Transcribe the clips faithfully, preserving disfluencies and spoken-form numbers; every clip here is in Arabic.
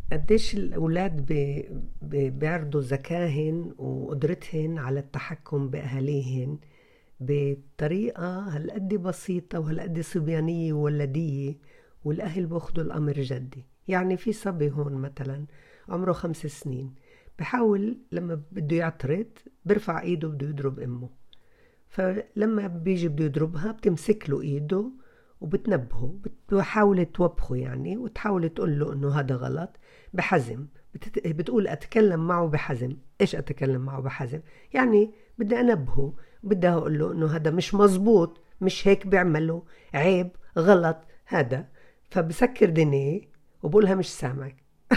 قديش الأولاد بي- بي- بيعرضوا ذكاهن وقدرتهن على التحكم بأهاليهن بطريقة هالقد بسيطة وهالقد صبيانية وولدية، والأهل بأخدوا الأمر جدي. يعني في صبي هون مثلا عمره خمس سنين، بحاول لما بده يعترض برفع ايده بده يضرب امه، فلما بيجي بده يضربها بتمسك له ايده وبتنبهه، بتحاول توبخه يعني، وتحاول تقول له انه هذا غلط بحزم. بتت... بتقول اتكلم معه بحزم. ايش اتكلم معه بحزم؟ يعني بدي انبهه، بدي اقول له انه هذا مش مزبوط، مش هيك بيعمله، عيب، غلط هذا. فبسكر دينيه وبقولها مش سامعك.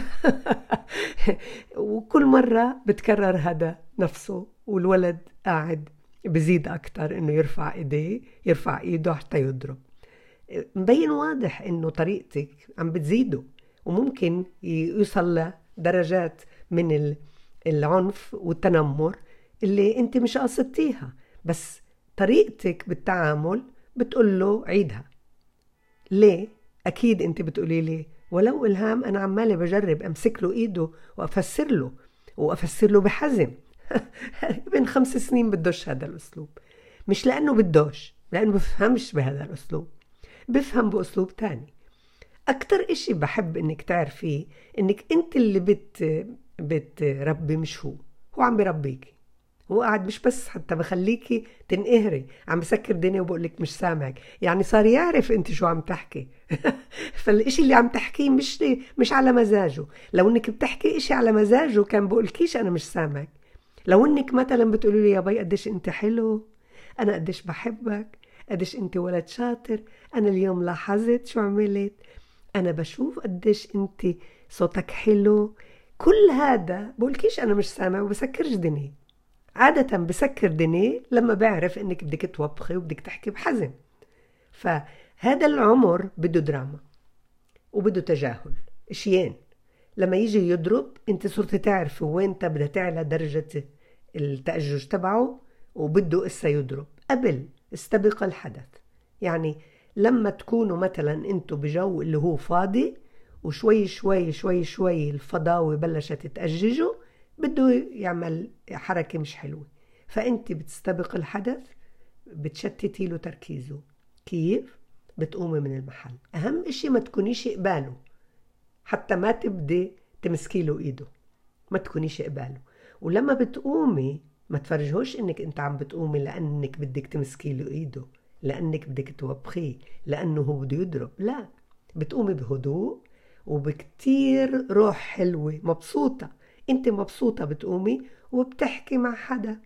وكل مرة بتكرر هذا نفسه، والولد قاعد بزيد أكتر إنه يرفع إيديه، يرفع إيده حتى يضرب. مبين واضح إنه طريقتك عم بتزيده، وممكن يوصل لدرجات من العنف والتنمر اللي أنت مش قصدتيها، بس طريقتك بالتعامل بتقول له عيدها. ليه؟ أكيد أنت بتقولي لي ولو إلهام أنا عمالة بجرب أمسك له إيده وأفسر له، وأفسر له بحزم. ابن خمس سنين بدوش هذا الأسلوب، مش لأنه بدوش، لأنه بفهمش بهذا الأسلوب، بفهم بأسلوب تاني. أكتر إشي بحب إنك تعرفيه إنك أنت اللي بت بتربي، مش هو. هو عم بربيكي، هو قاعد مش بس حتى بخليكي تنقهري، عم بسكر دنيا وبقولك مش سامعك، يعني صار يعرف انت شو عم تحكي. فالاشي اللي عم تحكيه مش مش على مزاجه. لو انك بتحكي اشي على مزاجه كان بقولكيش انا مش سامعك. لو انك مثلا بتقولي لي يا بي قديش انت حلو، انا قديش بحبك، قديش انت ولد شاطر، انا اليوم لاحظت شو عملت، انا بشوف قديش انت صوتك حلو، كل هذا بقولكيش انا مش سامع وبسكرش دنيا. عادة بسكر دنيه لما بعرف انك بدك توبخي وبدك تحكي بحزم. فهذا العمر بده دراما وبده تجاهل، اشيين. لما يجي يضرب انت صرت تعرفي وين بدها تعلى درجة التأجج تبعه، وبده اسا يضرب قبل استبق الحدث. يعني لما تكونوا مثلا انتوا بجو اللي هو فاضي، وشوي شوي شوي شوي الفضاوة بلشت تأججه، بده يعمل حركة مش حلوة، فانت بتستبق الحدث، بتشتتي له تركيزه. كيف؟ بتقومي من المحل. اهم اشي ما تكونيش قباله، حتى ما تبدي تمسكي له ايده، ما تكونيش قباله. ولما بتقومي ما تفرجهوش انك انت عم بتقومي لانك بدك تمسكي له ايده، لانك بدك توبخيه، لانه هو بده يضرب. لا، بتقومي بهدوء وبكتير روح حلوة، مبسوطة. انت مبسوطة بتقومي وبتحكي مع حدا.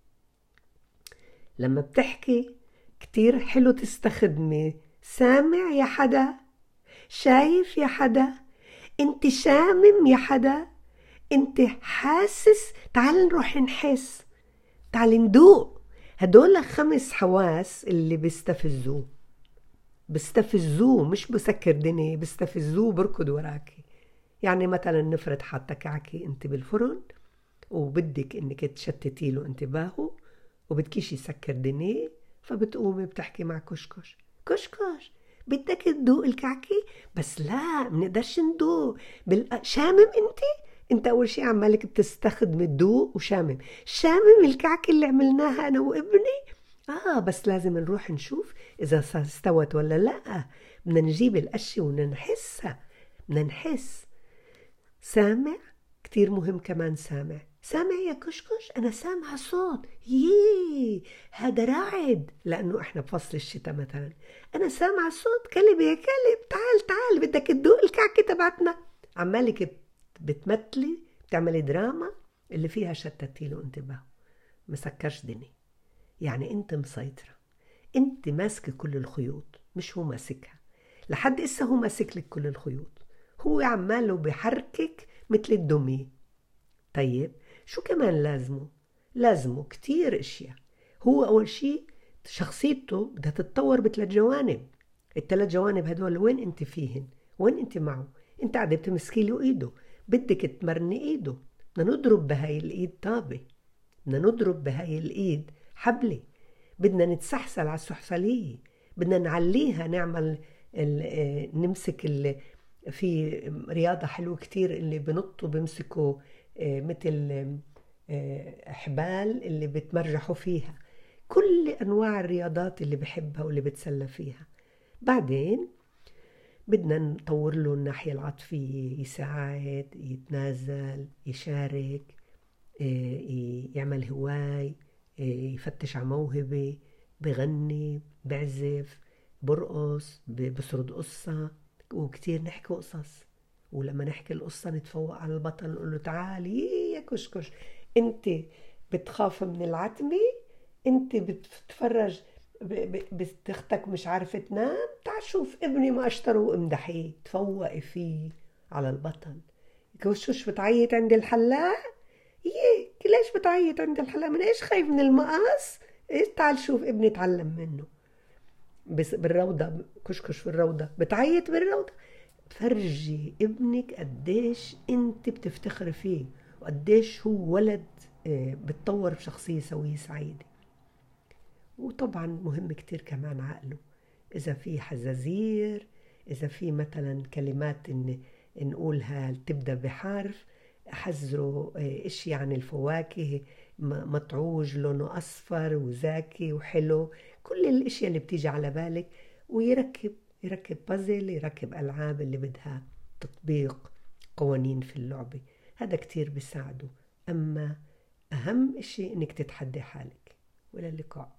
لما بتحكي كتير حلو تستخدمي سامع يا حدا، شايف يا حدا، انت شامم يا حدا، انت حاسس، تعال نروح نحس، تعال ندوق. هدول خمس حواس اللي بيستفزوه، بيستفزوه مش بسكر دنيا، بيستفزوه بركض وراكي. يعني مثلا نفرض حاطه كعكه انت بالفرن وبدك انك تشتتي له انتباهه وبدكيش يسكر دنيه، فبتقومي بتحكي مع كشكش: كشكش بدك تدوق الكعكة؟ بس لا، منقدرش ندوق بال... شامم انت؟ انت اول شي عمالك بتستخدم الدوق وشامم، شامم الكعكة اللي عملناها انا وابني؟ اه بس لازم نروح نشوف اذا استوت ولا لا، بدنا نجيب الاشي وننحسها، بدنا نحس. سامع، كتير مهم كمان. سامع، سامع يا كشكش؟ أنا سامع صوت، ييه هذا راعد، لأنه إحنا بفصل الشتاء مثلا. أنا سامع صوت كلب يا كلب، تعال تعال بدك تدوق الكعكة تبعتنا. عمالك بتمثلي، بتعملي دراما اللي فيها شتتي له انتباهه، مسكرش دني. يعني أنت مسيطرة، أنت ماسكة كل الخيوط مش هو ماسكها. لحد إسا هو ماسك لك كل الخيوط، هو عماله بحركك مثل الدمي. طيب شو كمان لازمه؟ لازمه كتير اشياء. هو اول شي شخصيته بدها تتطور بثلاث جوانب. الثلاث جوانب هدول وين انت فيهن؟ وين انت معه؟ انت قاعده بتمسكي له ايده، بدك تمرني ايده. بدنا نضرب بهاي الايد طابه، بدنا نضرب بهاي الايد حبلة، بدنا نتسحسل على السحسلية، بدنا نعليها، نعمل ال- نمسك ال- في رياضة حلوة كتير اللي بنطوا بيمسكوا آه، مثل آه، حبال اللي بتمرجحوا فيها. كل أنواع الرياضات اللي بحبها واللي بتسلى فيها. بعدين بدنا نطور له الناحية العاطفية، يساعد، يتنازل، يشارك، آه، يعمل هواي، آه، يفتش على موهبة، بغني، بعزف، برقص، ب- بسرد قصة. وكتير نحكي قصص، ولما نحكي القصة نتفوق على البطل نقول له تعالي يا كشكش، انت بتخاف من العتمة، انت بتتفرج ب- ب- بتختك مش عارفة تنام، تعال شوف ابني ما اشتروا امدحيه، تفوقي فيه على البطل. كشكش بتعيط عند الحلاق، يي ليش بتعيط عند الحلاق؟ من ايش خايف؟ من المقص؟ ايش؟ تعال شوف ابني اتعلم منه. بس بالروضة، كشكش في الروضة بتعيط بالروضة، فرجي ابنك قديش انت بتفتخر فيه، وقديش هو ولد آه، بتطور بشخصية سوية سعيدة. وطبعا مهم كتير كمان عقله، إذا في حزازير، إذا في مثلا كلمات إن نقولها تبدأ بحرف، حذروا آه، إشي عن الفواكه، م- مطعوج لونه أصفر وزاكي وحلو، كل الأشياء اللي بتيجي على بالك. ويركب يركب بازل، يركب ألعاب اللي بدها تطبيق قوانين في اللعبة. هذا كتير بيساعده. أما أهم إشي إنك تتحدي حالك. وإلى اللقاء.